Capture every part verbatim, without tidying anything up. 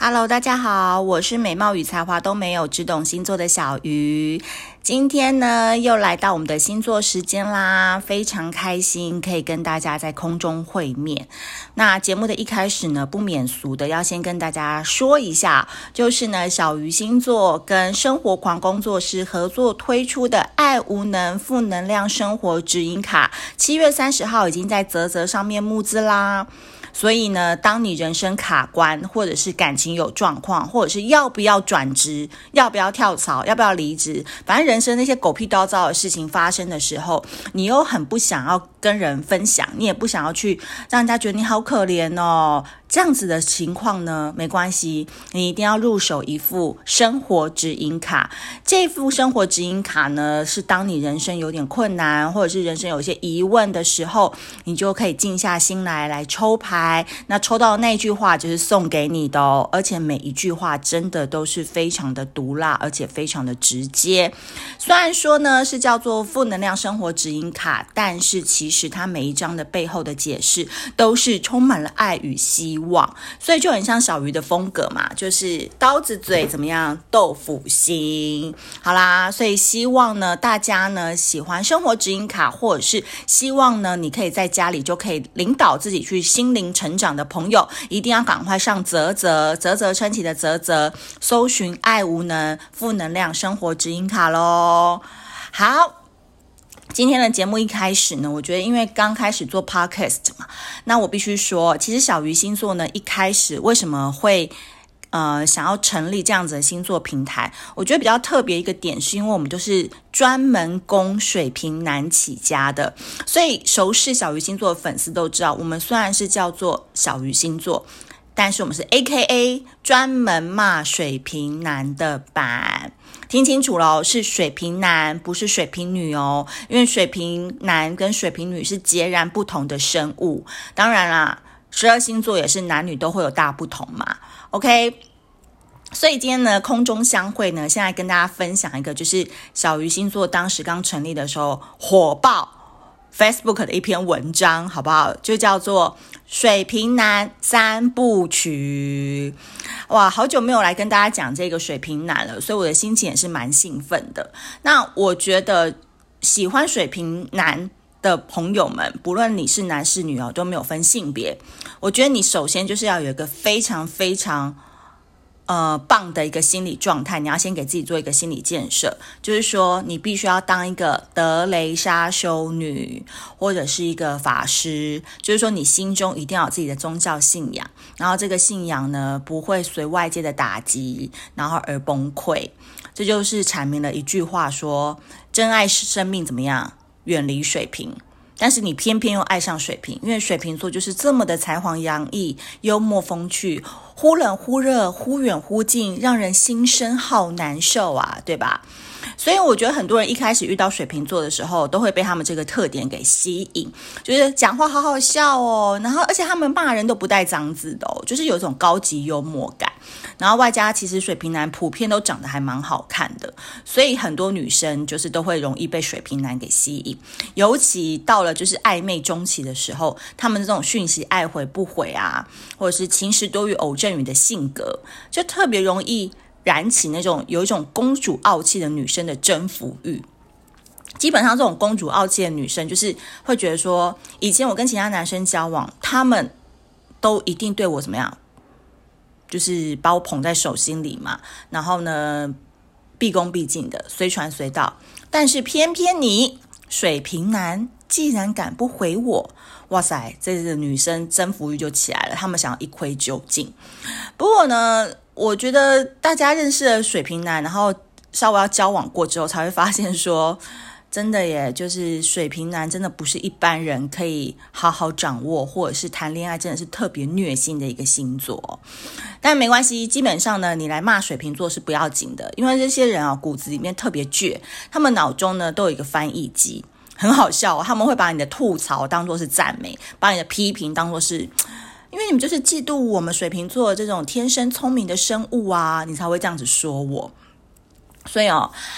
Hello， 大家好，我是美貌与才华都没有，只懂星座的小鱼。今天呢，又来到我们的星座时间啦，非常开心可以跟大家在空中会面。那节目的一开始呢，不免俗的要先跟大家说一下，就是呢，小鱼星座跟生活狂工作室合作推出的爱无能负能量生活指引卡，七月三十号已经在嘖嘖上面募资啦。所以呢，当你人生卡关，或者是感情有状况，或者是要不要转职，要不要跳槽，要不要离职，反正人生那些狗屁叨叨的事情发生的时候，你又很不想要跟人分享，你也不想要去让人家觉得你好可怜哦，这样子的情况呢，没关系，你一定要入手一副生活指引卡。这副生活指引卡呢，是当你人生有点困难，或者是人生有一些疑问的时候，你就可以静下心来来抽牌。那抽到的那句话就是送给你的哦，而且每一句话真的都是非常的毒辣，而且非常的直接。虽然说呢是叫做负能量生活指引卡，但是其实它每一张的背后的解释都是充满了爱与希望，所以就很像小鱼的风格嘛，就是刀子嘴怎么样，豆腐心。好啦，所以希望呢大家呢喜欢生活指引卡，或者是希望呢你可以在家里就可以领导自己去心灵成长的朋友，一定要赶快上嘖嘖嘖嘖称奇的嘖嘖，搜寻爱无能负能量生活指引卡咯。好，今天的节目一开始呢，我觉得因为刚开始做 podcast 嘛，那我必须说，其实小鱼星座呢一开始为什么会呃，想要成立这样子的星座平台，我觉得比较特别一个点是因为我们就是专门供水瓶男起家的，所以熟识小鱼星座的粉丝都知道，我们虽然是叫做小鱼星座，但是我们是 A K A 专门骂水瓶男的版。听清楚咯，是水瓶男，不是水瓶女哦，因为水瓶男跟水瓶女是截然不同的生物。当然啦，十二星座也是男女都会有大不同嘛。OK， 所以今天呢，空中相会呢，现在跟大家分享一个，就是小鱼星座当时刚成立的时候火爆 Facebook 的一篇文章，好不好？就叫做水瓶男三部曲。哇，好久没有来跟大家讲这个水瓶男了，所以我的心情也是蛮兴奋的。那我觉得喜欢水瓶男的朋友们，不论你是男是女哦，都没有分性别。我觉得你首先就是要有一个非常非常呃棒的一个心理状态，你要先给自己做一个心理建设，就是说你必须要当一个德雷莎修女，或者是一个法师，就是说你心中一定要有自己的宗教信仰，然后这个信仰呢不会随外界的打击然后而崩溃。这就是阐明了一句话说，真爱生命怎么样，远离水瓶，但是你偏偏又爱上水瓶，因为水瓶座就是这么的才华洋溢，幽默风趣，忽冷忽热，忽远忽近，让人心生好难受啊，对吧？所以我觉得很多人一开始遇到水瓶座的时候，都会被他们这个特点给吸引，就是讲话好好笑哦，然后而且他们骂人都不带脏字的哦，就是有一种高级幽默感，然后外加其实水瓶男普遍都长得还蛮好看的，所以很多女生就是都会容易被水瓶男给吸引，尤其到了就是暧昧中期的时候，他们这种讯息爱回不回啊，或者是晴时多雨偶阵雨的性格，就特别容易燃起那种有一种公主傲气的女生的征服欲。基本上这种公主傲气的女生就是会觉得说，以前我跟其他男生交往，他们都一定对我怎么样，就是把我捧在手心里嘛，然后呢毕恭毕敬的，随传随到，但是偏偏你水瓶男既然敢不回我，哇塞，这个女生征服欲就起来了，他们想要一窥究竟。不过呢，我觉得大家认识了水瓶男，然后稍微要交往过之后，才会发现说，真的耶，就是水瓶男真的不是一般人可以好好掌握，或者是谈恋爱真的是特别虐心的一个星座。但没关系，基本上呢，你来骂水瓶座是不要紧的，因为这些人啊骨子里面特别倔，他们脑中呢都有一个翻译机，很好笑哦，他们会把你的吐槽当作是赞美，把你的批评当作是，因为你们就是嫉妒我们水瓶座这种天生聪明的生物啊，你才会这样子说我。所以哦，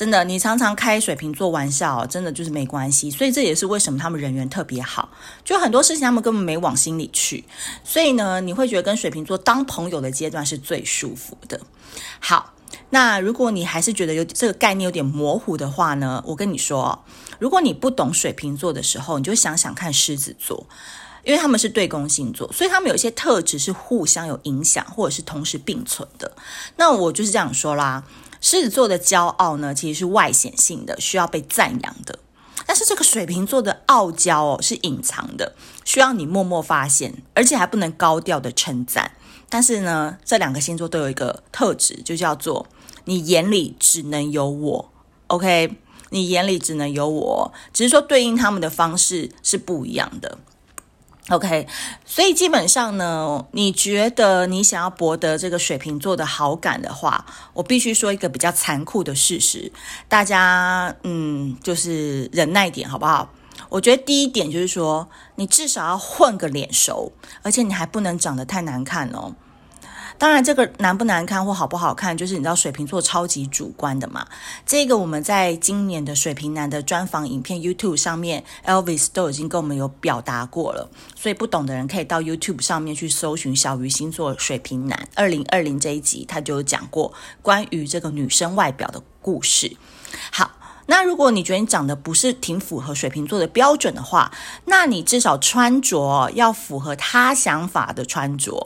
真的，你常常开水瓶座玩笑，真的就是没关系。所以这也是为什么他们人缘特别好，就很多事情他们根本没往心里去。所以呢，你会觉得跟水瓶座当朋友的阶段是最舒服的。好，那如果你还是觉得有这个概念有点模糊的话呢，我跟你说，如果你不懂水瓶座的时候，你就想想看狮子座。因为他们是对宫星座，所以他们有一些特质是互相有影响，或者是同时并存的。那我就是这样说啦，狮子座的骄傲呢，其实是外显性的，需要被赞扬的。但是这个水瓶座的傲娇哦，是隐藏的，需要你默默发现，而且还不能高调的称赞。但是呢，这两个星座都有一个特质，就叫做你眼里只能有我 ，OK？ 你眼里只能有我，只是说对应他们的方式是不一样的。OK， 所以基本上呢，你觉得你想要博得这个水瓶座的好感的话，我必须说一个比较残酷的事实，大家嗯，就是忍耐一点好不好？我觉得第一点就是说，你至少要混个脸熟，而且你还不能长得太难看哦。当然这个难不难看或好不好看，就是你知道水瓶座超级主观的嘛。这个我们在今年的水瓶男的专访影片 YouTube 上面 Elvis 都已经跟我们有表达过了，所以不懂的人可以到 YouTube 上面去搜寻小鱼星座水瓶男二零二零这一集，他就有讲过关于这个女生外表的故事。好，那如果你觉得你长得不是挺符合水瓶座的标准的话，那你至少穿着要符合他想法的穿着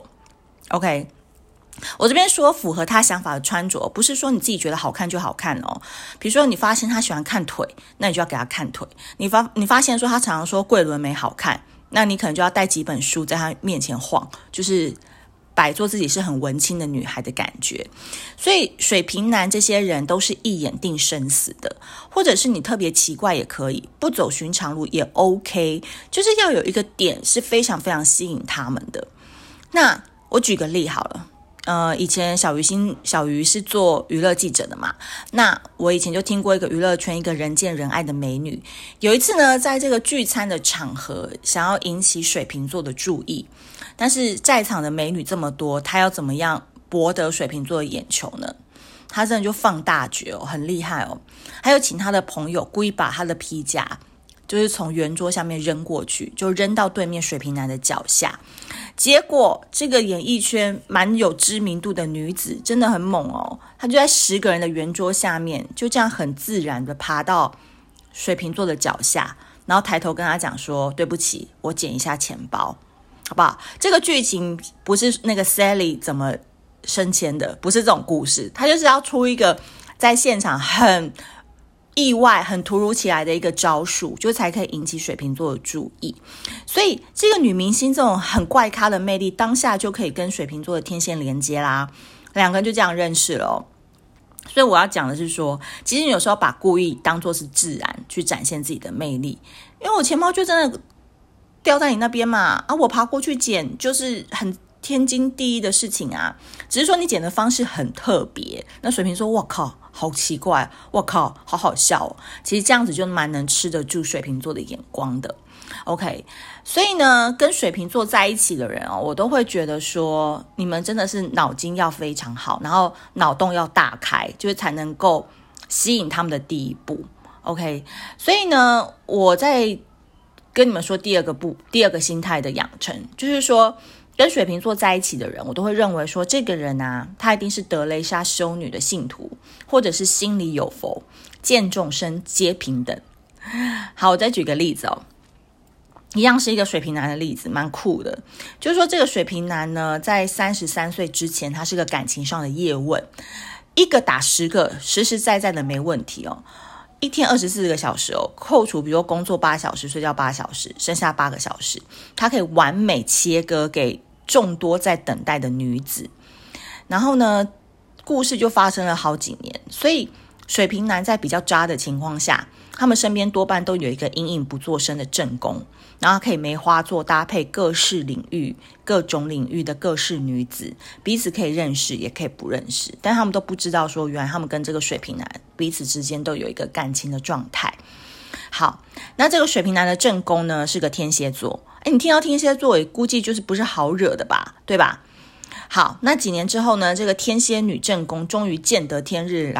OK。我这边说符合他想法的穿着，不是说你自己觉得好看就好看哦。比如说你发现他喜欢看腿，那你就要给他看腿。你发你发现说他常常说桂纶镁好看，那你可能就要带几本书在他面前晃，就是摆作自己是很文青的女孩的感觉。所以水瓶男这些人都是一眼定生死的，或者是你特别奇怪也可以，不走寻常路也 OK， 就是要有一个点是非常非常吸引他们的。那我举个例好了。呃，以前小鱼星小鱼是做娱乐记者的嘛，那我以前就听过一个娱乐圈一个人见人爱的美女，有一次呢，在这个聚餐的场合，想要引起水瓶座的注意，但是在场的美女这么多，她要怎么样博得水瓶座的眼球呢？她真的就放大绝哦，很厉害哦，还有请她的朋友故意把她的皮夹就是从圆桌下面扔过去，就扔到对面水瓶男的脚下。结果这个演艺圈蛮有知名度的女子真的很猛哦，她就在十个人的圆桌下面，就这样很自然的爬到水瓶座的脚下，然后抬头跟他讲说，对不起，我捡一下钱包，好不好？这个剧情不是那个 Sally 怎么升迁的，不是这种故事，他就是要出一个在现场很意外很突如其来的一个招数，就才可以引起水瓶座的注意。所以这个女明星这种很怪咖的魅力，当下就可以跟水瓶座的天线连接啦，两个人就这样认识了哦。所以我要讲的是说，其实你有时候把故意当作是自然去展现自己的魅力，因为我钱包就真的掉在你那边嘛，啊，我爬过去捡就是很天经地义的事情啊，只是说你捡的方式很特别。那水瓶说，哇靠，好奇怪，哇靠，好好笑哦。其实这样子就蛮能吃得住水瓶座的眼光的。OK， 所以呢，跟水瓶座在一起的人哦，我都会觉得说，你们真的是脑筋要非常好，然后脑洞要大开，就是才能够吸引他们的第一步。OK， 所以呢，我在跟你们说第二个步，第二个心态的养成，就是说，跟水瓶座在一起的人，我都会认为说，这个人啊，他一定是德蕾莎修女的信徒，或者是心里有佛，见众生皆平等。好，我再举个例子哦，一样是一个水瓶男的例子，蛮酷的。就是说，这个水瓶男呢，在三十三岁之前，他是个感情上的叶问，一个打十个，实实在在的没问题哦。一天二十四个小时哦，扣除比如说工作八小时，睡觉八小时，剩下八个小时，他可以完美切割给众多在等待的女子。然后呢，故事就发生了好几年，所以水瓶男在比较渣的情况下，他们身边多半都有一个隐隐不作声的正宫，然后可以梅花座搭配各式领域各种领域的各式女子，彼此可以认识也可以不认识，但他们都不知道说，原来他们跟这个水瓶男彼此之间都有一个感情的状态。好，那这个水瓶男的正宫呢，是个天蝎座。诶，你听到天蝎座也估计就是不是好惹的吧，对吧？好，那几年之后呢，这个天蝎女正宫终于见得天日啦，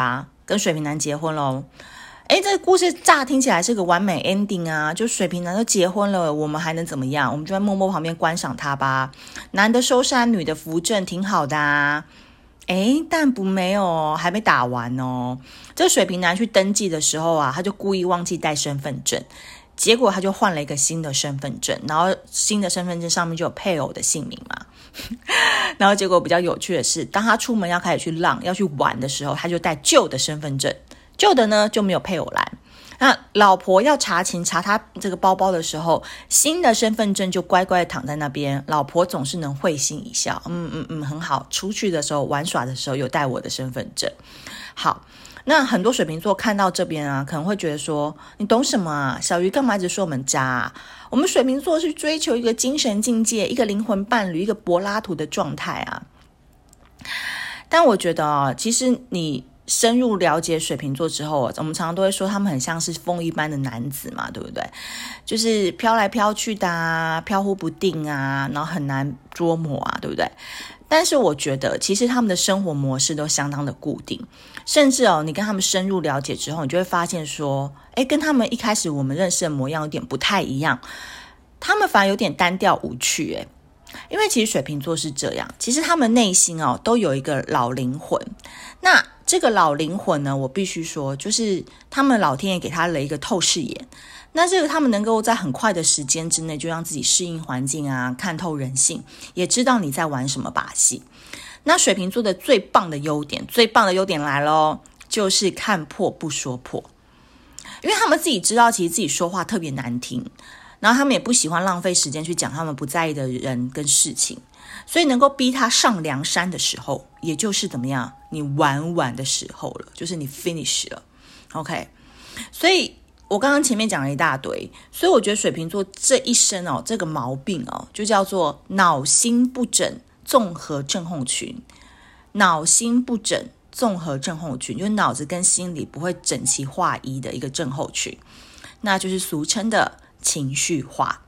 跟水瓶男结婚咯。诶，这个故事乍听起来是个完美 ending 啊，就水瓶男都结婚了，我们还能怎么样？我们就在默默旁边观赏他吧。男的收山，女的扶正，挺好的啊。诶，但不没有，还没打完哦。这个水瓶男去登记的时候啊，他就故意忘记带身份证，结果他就换了一个新的身份证，然后新的身份证上面就有配偶的姓名嘛。然后结果比较有趣的是，当他出门要开始去浪要去玩的时候，他就带旧的身份证，旧的呢就没有配偶栏。那老婆要查勤查他这个包包的时候，新的身份证就乖乖的躺在那边，老婆总是能会心一笑，嗯嗯嗯，很好，出去的时候玩耍的时候有带我的身份证。好，那很多水瓶座看到这边啊，可能会觉得说，你懂什么啊？小鱼干嘛一直说我们渣啊？我们水瓶座是追求一个精神境界，一个灵魂伴侣，一个柏拉图的状态啊。但我觉得啊，其实你深入了解水瓶座之后，我们常常都会说他们很像是风一般的男子嘛，对不对？就是飘来飘去的啊，飘忽不定啊，然后很难捉摸啊，对不对？但是我觉得其实他们的生活模式都相当的固定，甚至哦，你跟他们深入了解之后，你就会发现说，诶，跟他们一开始我们认识的模样有点不太一样，他们反而有点单调无趣诶。因为其实水瓶座是这样，其实他们内心哦都有一个老灵魂。那这个老灵魂呢，我必须说，就是他们老天爷给他了一个透视眼。那这个他们能够在很快的时间之内就让自己适应环境啊，看透人性，也知道你在玩什么把戏。那水瓶座的最棒的优点，最棒的优点来咯，就是看破不说破。因为他们自己知道其实自己说话特别难听，然后他们也不喜欢浪费时间去讲他们不在意的人跟事情，所以能够逼他上梁山的时候，也就是怎么样，你玩完的时候了，就是你 finish 了 OK。 所以我刚刚前面讲了一大堆，所以我觉得水瓶座这一生哦，这个毛病哦，就叫做脑心不整综合症候群。脑心不整综合症候群，就是脑子跟心理不会整齐划一的一个症候群，那就是俗称的情绪化。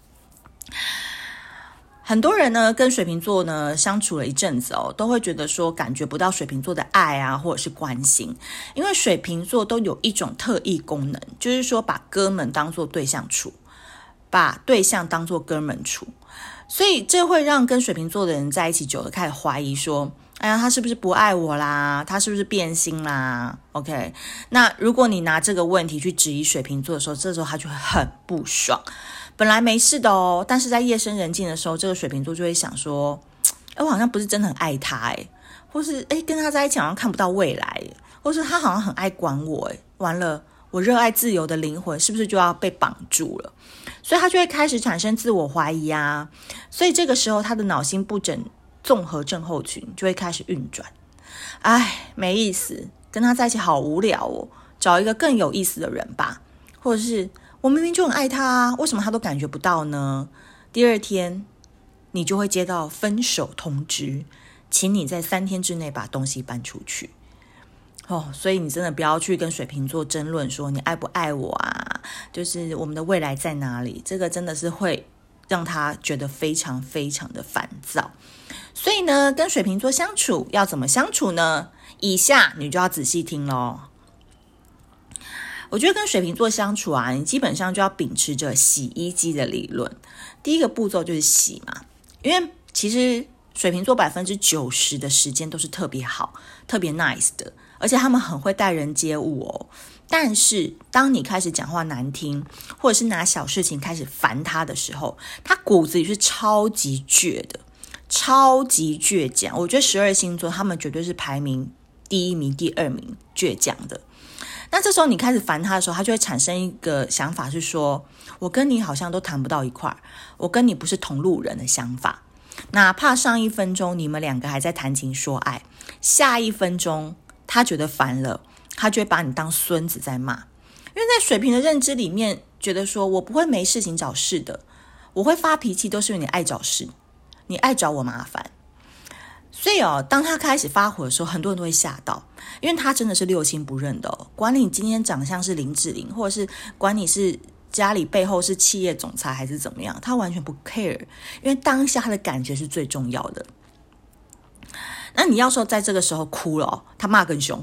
很多人呢跟水瓶座呢相处了一阵子哦，都会觉得说感觉不到水瓶座的爱啊，或者是关心，因为水瓶座都有一种特异功能，就是说把哥们当作对象处，把对象当作哥们处，所以这会让跟水瓶座的人在一起久了开始怀疑说，哎呀，他是不是不爱我啦？他是不是变心啦 ？OK， 那如果你拿这个问题去质疑水瓶座的时候，这时候他就会很不爽。本来没事的哦，但是在夜深人静的时候，这个水瓶座就会想说，哎，我好像不是真的很爱他哎，或是哎跟他在一起好像看不到未来，或是他好像很爱管我哎，完了，我热爱自由的灵魂是不是就要被绑住了？所以他就会开始产生自我怀疑啊。所以这个时候他的脑心不整综合症候群就会开始运转。哎，没意思，跟他在一起好无聊哦，找一个更有意思的人吧。或者是我明明就很爱他啊，为什么他都感觉不到呢？第二天你就会接到分手通知，请你在三天之内把东西搬出去。哦，所以你真的不要去跟水瓶座争论说你爱不爱我啊，就是我们的未来在哪里，这个真的是会让他觉得非常非常的烦躁。所以呢，跟水瓶座相处要怎么相处呢？以下你就要仔细听咯。我觉得跟水瓶座相处啊，你基本上就要秉持着洗衣机的理论。第一个步骤就是洗嘛，因为其实水瓶座百分之九十的时间都是特别好、特别 nice 的，而且他们很会待人接物哦。但是当你开始讲话难听，或者是拿小事情开始烦他的时候，他骨子里是超级倔的，超级倔强。我觉得十二星座他们绝对是排名第一名、第二名倔强的。那这时候你开始烦他的时候，他就会产生一个想法是说，我跟你好像都谈不到一块儿，我跟你不是同路人的想法。哪怕上一分钟你们两个还在谈情说爱，下一分钟他觉得烦了，他就会把你当孙子在骂。因为在水瓶的认知里面，觉得说我不会没事情找事的，我会发脾气都是因为你爱找事，你爱找我麻烦。所以哦，当他开始发火的时候，很多人都会吓到，因为他真的是六亲不认的哦。管你今天长相是林志玲，或者是管你是家里背后是企业总裁还是怎么样，他完全不 care， 因为当下他的感觉是最重要的。那你要说在这个时候哭了哦，他骂更凶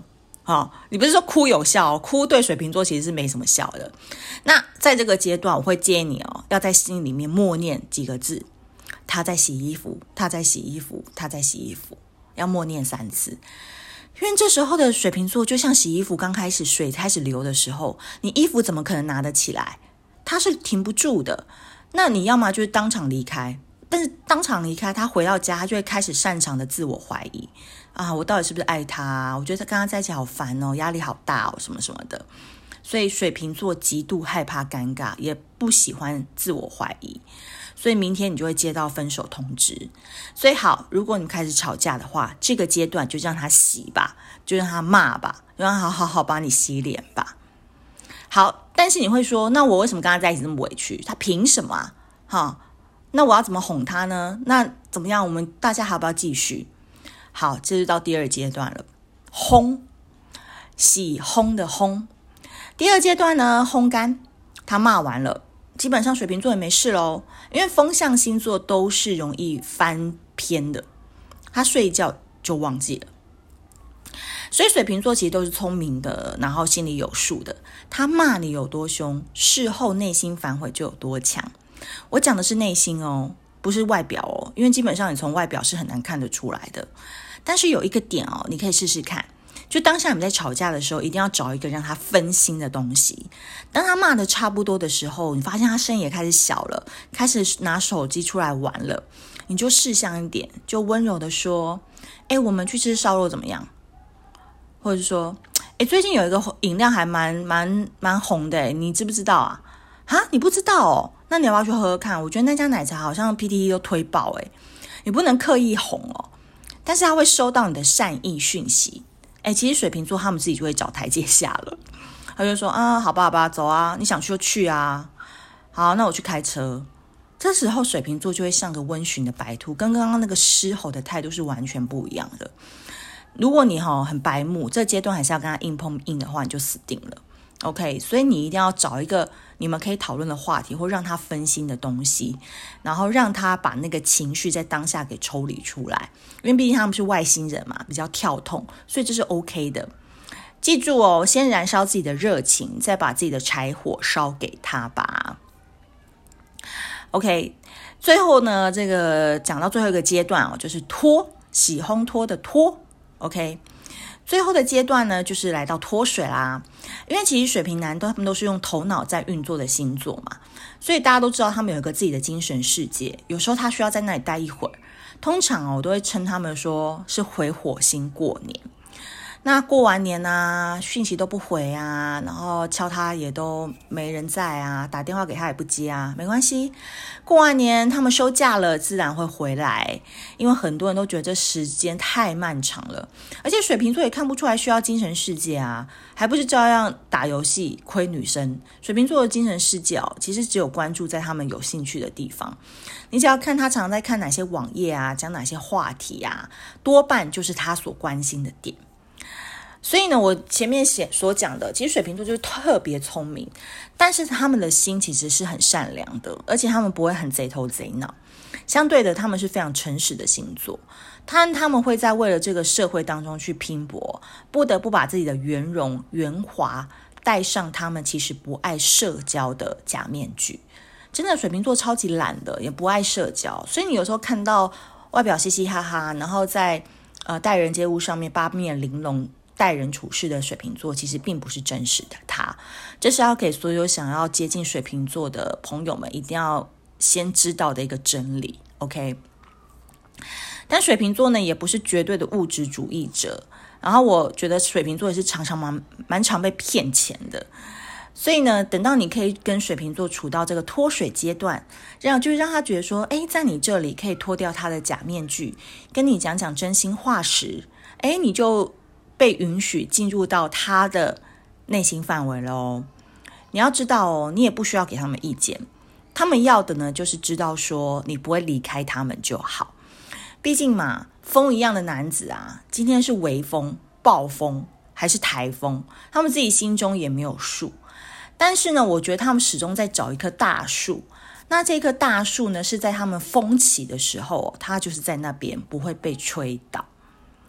哦，你不是说哭有效，哭对水瓶座其实是没什么效的。那在这个阶段，我会建议你哦，要在心里面默念几个字：他在洗衣服，他在洗衣服，他在洗衣服，要默念三次。因为这时候的水瓶座就像洗衣服刚开始水开始流的时候，你衣服怎么可能拿得起来？它是停不住的。那你要么就是当场离开，但是当场离开，他回到家，他就会开始擅长的自我怀疑啊，我到底是不是爱他啊？我觉得他跟他在一起好烦哦，压力好大哦，什么什么的。所以水瓶座极度害怕尴尬，也不喜欢自我怀疑。所以明天你就会接到分手通知。所以好，如果你开始吵架的话，这个阶段就让他洗吧，就让他骂吧，就让他好好好帮你洗脸吧。好，但是你会说，那我为什么跟他在一起这么委屈？他凭什么啊？哈，那我要怎么哄他呢？那怎么样？我们大家还要不要继续？好，这就到第二阶段了，烘，洗烘的烘。第二阶段呢，烘干，他骂完了。基本上水瓶座也没事咯，因为风象星座都是容易翻篇的，他睡一觉就忘记了。所以水瓶座其实都是聪明的，然后心里有数的。他骂你有多凶，事后内心反悔就有多强。我讲的是内心哦，不是外表哦，因为基本上你从外表是很难看得出来的。但是有一个点哦，你可以试试看。就当下你们在吵架的时候，一定要找一个让他分心的东西。当他骂的差不多的时候，你发现他声音也开始小了，开始拿手机出来玩了，你就识相一点，就温柔的说：哎，我们去吃烧肉怎么样？或者是说：哎，最近有一个饮料还蛮蛮蛮红的，你知不知道啊？哈，你不知道哦？那你要不要去喝喝看？我觉得那家奶茶好像 P T T 都推爆哎，你不能刻意哄哦，但是他会收到你的善意讯息。哎，其实水瓶座他们自己就会找台阶下了，他就说啊，好吧好吧，走啊，你想去就去啊，好，那我去开车。这时候水瓶座就会像个温驯的白兔，跟刚刚那个狮吼的态度是完全不一样的。如果你齁很白目，这阶段还是要跟他硬碰硬的话，你就死定了。OK， 所以你一定要找一个你们可以讨论的话题，或让他分心的东西，然后让他把那个情绪在当下给抽离出来。因为毕竟他们是外星人嘛，比较跳痛，所以这是 OK 的。记住哦，先燃烧自己的热情，再把自己的柴火烧给他吧。OK， 最后呢，这个讲到最后一个阶段哦，就是拖，洗烘拖的拖。OK。最后的阶段呢，就是来到脱水啦。因为其实水瓶男都他们都是用头脑在运作的星座嘛，所以大家都知道他们有一个自己的精神世界。有时候他需要在那里待一会儿，通常哦，我都会称他们说是回火星过年。那过完年啊，讯息都不回啊，然后敲他也都没人在啊，打电话给他也不接啊，没关系，过完年他们休假了，自然会回来。因为很多人都觉得这时间太漫长了，而且水瓶座也看不出来需要精神世界啊，还不是照样打游戏亏女生。水瓶座的精神世界哦，其实只有关注在他们有兴趣的地方。你只要看他常在看哪些网页啊，讲哪些话题啊，多半就是他所关心的点。所以呢，我前面所讲的，其实水瓶座就是特别聪明，但是他们的心其实是很善良的，而且他们不会很贼头贼脑。相对的，他们是非常诚实的星座，他他们会在为了这个社会当中去拼搏，不得不把自己的圆融圆滑戴上他们其实不爱社交的假面具。真的，水瓶座超级懒的，也不爱社交，所以你有时候看到外表嘻嘻哈哈，然后在呃待人接物上面八面玲珑待人处事的水瓶座，其实并不是真实的他。这是要给所有想要接近水瓶座的朋友们一定要先知道的一个真理。 OK， 但水瓶座呢也不是绝对的物质主义者，然后我觉得水瓶座也是常常蛮蛮常被骗钱的。所以呢，等到你可以跟水瓶座处到这个脱水阶段，让就是让他觉得说，诶，在你这里可以脱掉他的假面具，跟你讲讲真心话时，诶，你就被允许进入到他的内心范围了哦。你要知道哦，你也不需要给他们意见，他们要的呢就是知道说你不会离开他们就好。毕竟嘛，风一样的男子啊，今天是微风、暴风还是台风，他们自己心中也没有数。但是呢，我觉得他们始终在找一棵大树，那这棵大树呢是在他们风起的时候，它就是在那边不会被吹倒。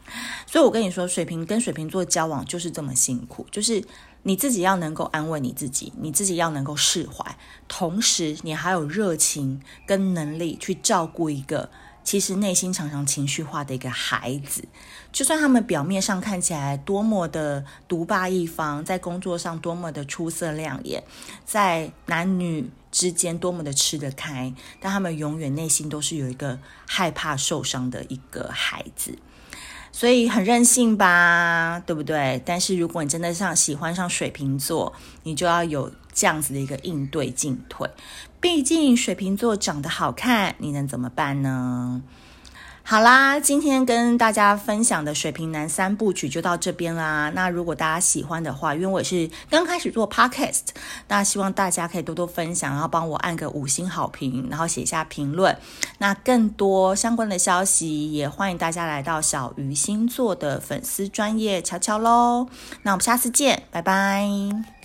所以我跟你说，水瓶跟水瓶座交往就是这么辛苦，就是你自己要能够安慰你自己，你自己要能够释怀，同时你还有热情跟能力去照顾一个其实内心常常情绪化的一个孩子。就算他们表面上看起来多么的独霸一方，在工作上多么的出色亮眼，在男女之间多么的吃得开，但他们永远内心都是有一个害怕受伤的一个孩子。所以很任性吧，对不对？但是如果你真的上喜欢上水瓶座，你就要有这样子的一个应对进退。毕竟水瓶座长得好看，你能怎么办呢？好啦，今天跟大家分享的水瓶男三部曲就到这边啦。那如果大家喜欢的话，因为我也是刚开始做 podcast， 那希望大家可以多多分享，然后帮我按个五星好评，然后写下评论。那更多相关的消息，也欢迎大家来到小鱼星座的粉丝专页瞧瞧咯。那我们下次见，拜拜。